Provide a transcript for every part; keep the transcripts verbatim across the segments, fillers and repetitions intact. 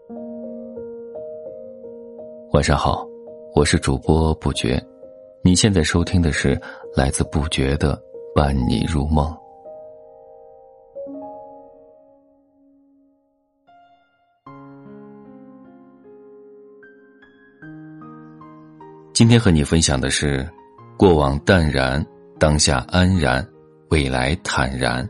晚上好，我是主播不觉，你现在收听的是来自不觉的伴你入梦。今天和你分享的是过往淡然，当下安然，未来坦然。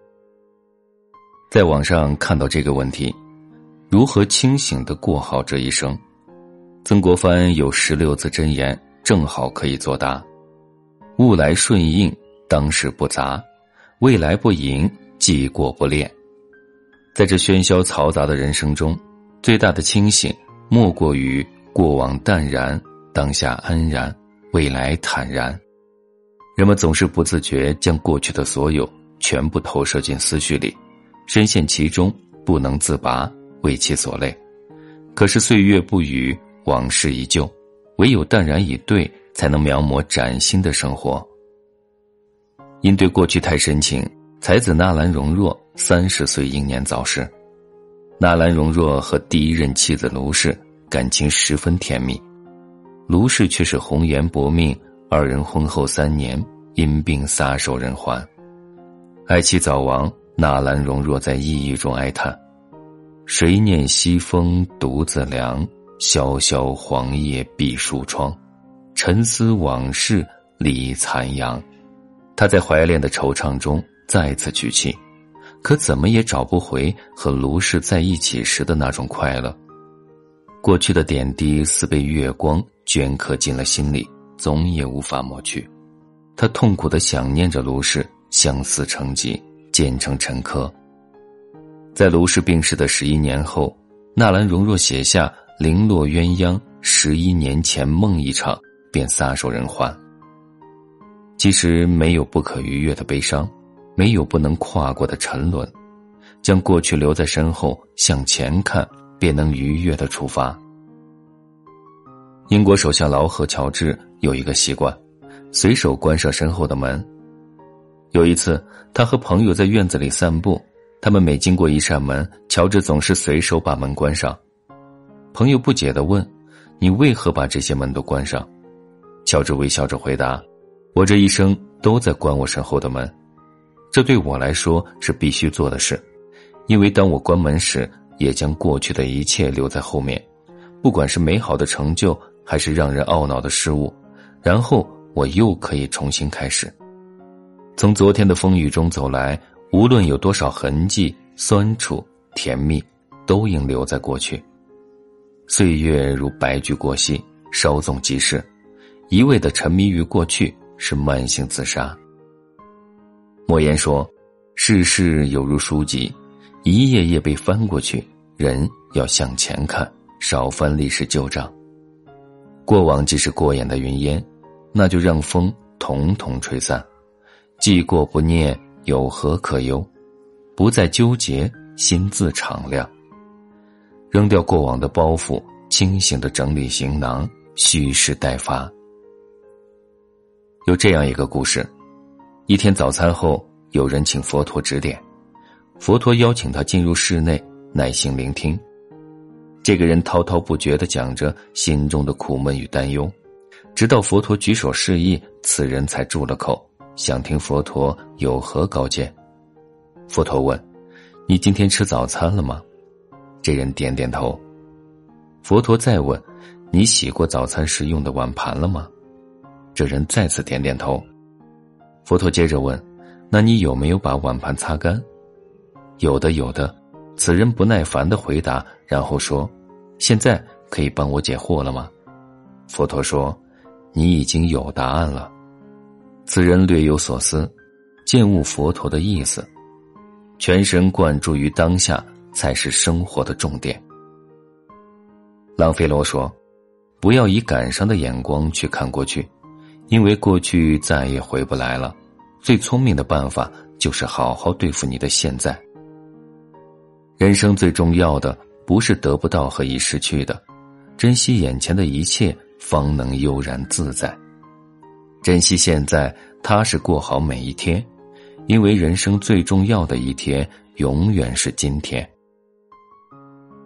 在网上看到这个问题，如何清醒地过好这一生？曾国藩有十六字真言，正好可以作答：物来顺应，当世不杂；未来不迎，既过不恋。在这喧嚣嘈杂的人生中，最大的清醒莫过于过往淡然，当下安然，未来坦然。人们总是不自觉将过去的所有全部投射进思绪里，深陷其中不能自拔，为其所累。可是岁月不语，往事依旧，唯有淡然以对，才能描摹崭新的生活。因对过去太深情，才子纳兰容若三十岁英年早逝。纳兰容若和第一任妻子卢氏感情十分甜蜜，卢氏却是红颜薄命，二人婚后三年因病撒手人寰。爱妻早亡，纳兰容若在抑郁中哀叹：谁念西风独自凉，萧萧黄叶闭疏窗，沉思往事立残阳。他在怀恋的惆怅中再次举气，可怎么也找不回和卢氏在一起时的那种快乐。过去的点滴似被月光镌刻进了心里，总也无法抹去。他痛苦地想念着卢氏，相思成疾，渐成沉疴。在卢氏病逝的十一年后，纳兰容若写下零落鸳鸯，十一年前梦一场，便撒手人寰。其实没有不可逾越的悲伤，没有不能跨过的沉沦，将过去留在身后，向前看，便能愉悦地出发。英国首相劳合乔治有一个习惯，随手关上身后的门。有一次，他和朋友在院子里散步，他们每经过一扇门，乔治总是随手把门关上。朋友不解地问：你为何把这些门都关上？乔治微笑着回答：我这一生都在关我身后的门，这对我来说是必须做的事，因为当我关门时，也将过去的一切留在后面，不管是美好的成就，还是让人懊恼的失误，然后我又可以重新开始。从昨天的风雨中走来，无论有多少痕迹、酸楚、甜蜜，都应留在过去。岁月如白驹过隙，稍纵即逝，一味地沉迷于过去，是慢性自杀。莫言说，世事有如书籍，一页页被翻过去，人要向前看，少翻历史旧账。过往既是过眼的云烟，那就让风统统吹散。既过不念，有何可忧？不再纠结，心自敞亮。扔掉过往的包袱，清醒地整理行囊，蓄势待发。有这样一个故事，一天早餐后，有人请佛陀指点，佛陀邀请他进入室内，耐心聆听。这个人滔滔不绝地讲着心中的苦闷与担忧，直到佛陀举手示意，此人才住了口，想听佛陀有何高见。佛陀问：你今天吃早餐了吗？这人点点头。佛陀再问：你洗过早餐时用的碗盘了吗？这人再次点点头。佛陀接着问：那你有没有把碗盘擦干？有的有的。此人不耐烦地回答，然后说：现在可以帮我解惑了吗？佛陀说：你已经有答案了。此人略有所思，见悟佛陀的意思，全神贯注于当下才是生活的重点。朗菲罗说，不要以感伤的眼光去看过去，因为过去再也回不来了。最聪明的办法就是好好对付你的现在。人生最重要的不是得不到和已失去的，珍惜眼前的一切，方能悠然自在。珍惜现在，踏实过好每一天，因为人生最重要的一天永远是今天。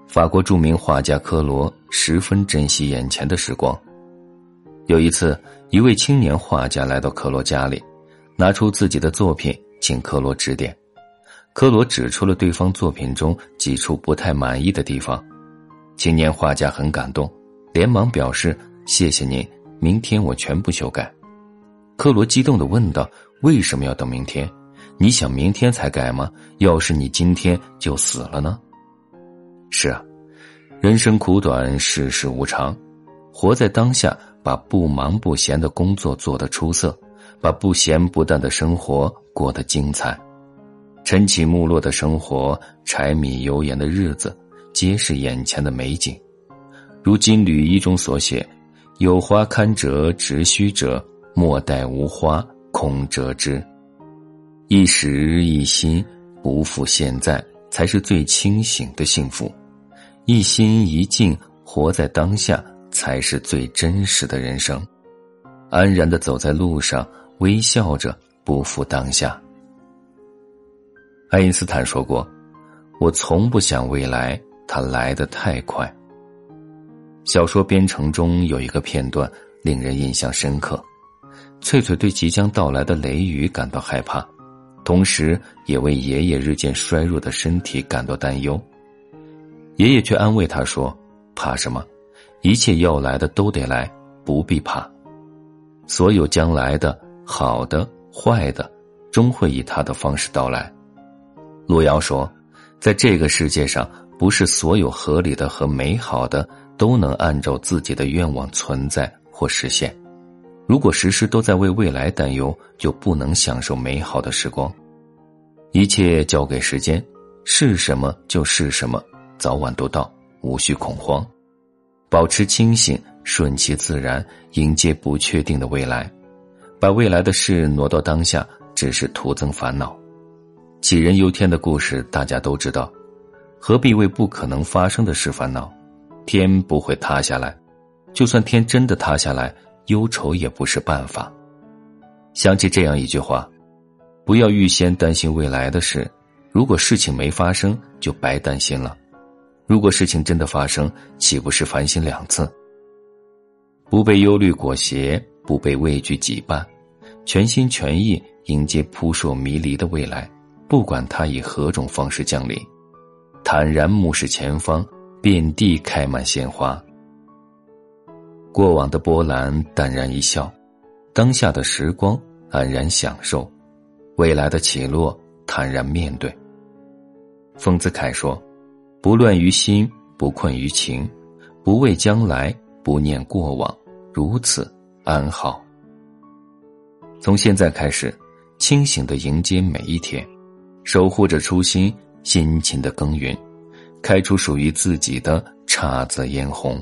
法国著名画家科罗十分珍惜眼前的时光。有一次，一位青年画家来到科罗家里，拿出自己的作品请科罗指点。科罗指出了对方作品中几处不太满意的地方，青年画家很感动，连忙表示谢谢您，明天我全部修改。科罗激动地问道，为什么要等明天？你想明天才改吗？要是你今天就死了呢？是啊，人生苦短，世事无常，活在当下，把不忙不闲的工作做得出色，把不咸不淡的生活过得精彩。晨起暮落的生活，柴米油盐的日子，皆是眼前的美景。如金缕衣中所写，有花堪折直须折，莫待无花空折枝。一时一心不负现在，才是最清醒的幸福。一心一境活在当下，才是最真实的人生。安然地走在路上，微笑着不负当下。爱因斯坦说过，我从不想未来，它来得太快。小说《编程》中有一个片段令人印象深刻，翠翠对即将到来的雷雨感到害怕，同时也为爷爷日渐衰弱的身体感到担忧。爷爷却安慰她说，怕什么？一切要来的都得来，不必怕。所有将来的，好的、坏的，终会以他的方式到来。路遥说，在这个世界上，不是所有合理的和美好的都能按照自己的愿望存在或实现。如果时时都在为未来担忧，就不能享受美好的时光。一切交给时间，是什么就是什么，早晚都到，无需恐慌。保持清醒，顺其自然，迎接不确定的未来。把未来的事挪到当下，只是徒增烦恼。杞人忧天的故事大家都知道，何必为不可能发生的事烦恼？天不会塌下来，就算天真的塌下来，忧愁也不是办法。想起这样一句话，不要预先担心未来的事，如果事情没发生，就白担心了。如果事情真的发生，岂不是烦心两次？不被忧虑裹挟，不被畏惧羁绊，全心全意迎接扑朔迷离的未来，不管它以何种方式降临，坦然目视前方，遍地开满鲜花。过往的波澜淡然一笑，当下的时光安然享受，未来的起落坦然面对。丰子恺说，不乱于心，不困于情，不畏将来，不念过往，如此安好。从现在开始，清醒地迎接每一天，守护着初心，辛勤地耕耘，开出属于自己的姹紫嫣红。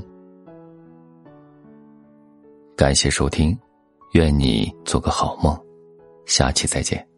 感谢收听，愿你做个好梦，下期再见。